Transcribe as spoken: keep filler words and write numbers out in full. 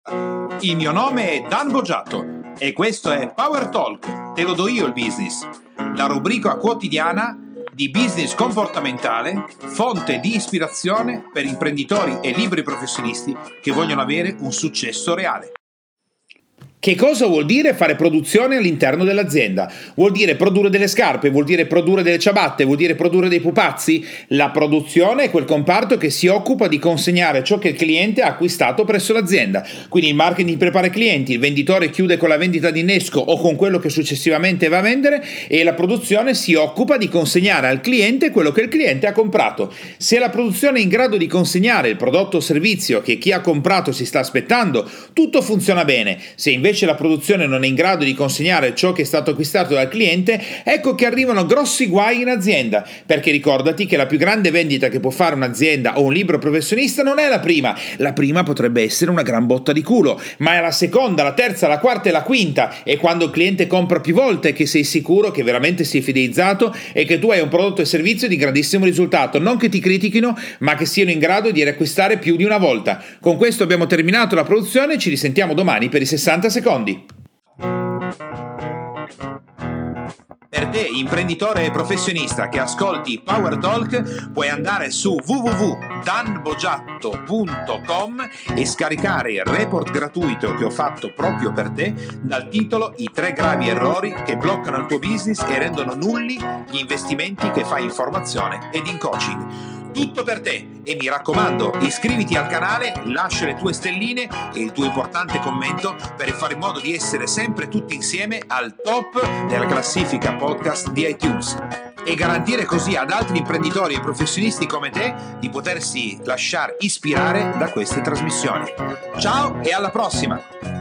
Il mio nome è Dan Boggiatto e questo è Power Talk, te lo do io il business, la rubrica quotidiana di business comportamentale, fonte di ispirazione per imprenditori e liberi professionisti che vogliono avere un successo reale. Che cosa vuol dire fare produzione all'interno dell'azienda? Vuol dire produrre delle scarpe, vuol dire produrre delle ciabatte, vuol dire produrre dei pupazzi? La produzione è quel comparto che si occupa di consegnare ciò che il cliente ha acquistato presso l'azienda. Quindi il marketing prepara i clienti, il venditore chiude con la vendita di innesco o con quello che successivamente va a vendere e la produzione si occupa di consegnare al cliente quello che il cliente ha comprato. Se la produzione è in grado di consegnare il prodotto o servizio che chi ha comprato si sta aspettando, tutto funziona bene. Se invece la produzione non è in grado di consegnare ciò che è stato acquistato dal cliente, ecco che arrivano grossi guai in azienda, perché ricordati che la più grande vendita che può fare un'azienda o un libero professionista non è la prima. La prima potrebbe essere una gran botta di culo, ma è la seconda, la terza, la quarta e la quinta, e quando il cliente compra più volte che sei sicuro che veramente sei fidelizzato e che tu hai un prodotto e servizio di grandissimo risultato, non che ti critichino, ma che siano in grado di riacquistare più di una volta. Con questo abbiamo terminato la produzione, ci risentiamo domani per i sessanta secondi. Per te, imprenditore e professionista che ascolti Power Talk, puoi andare su w w w punto dan boggiatto punto com e scaricare il report gratuito che ho fatto proprio per te dal titolo I tre gravi errori che bloccano il tuo business e rendono nulli gli investimenti che fai in formazione ed in coaching. Tutto per te, e mi raccomando, iscriviti al canale, lascia le tue stelline e il tuo importante commento per fare in modo di essere sempre tutti insieme al top della classifica podcast di iTunes e garantire così ad altri imprenditori e professionisti come te di potersi lasciare ispirare da queste trasmissioni. Ciao e alla prossima!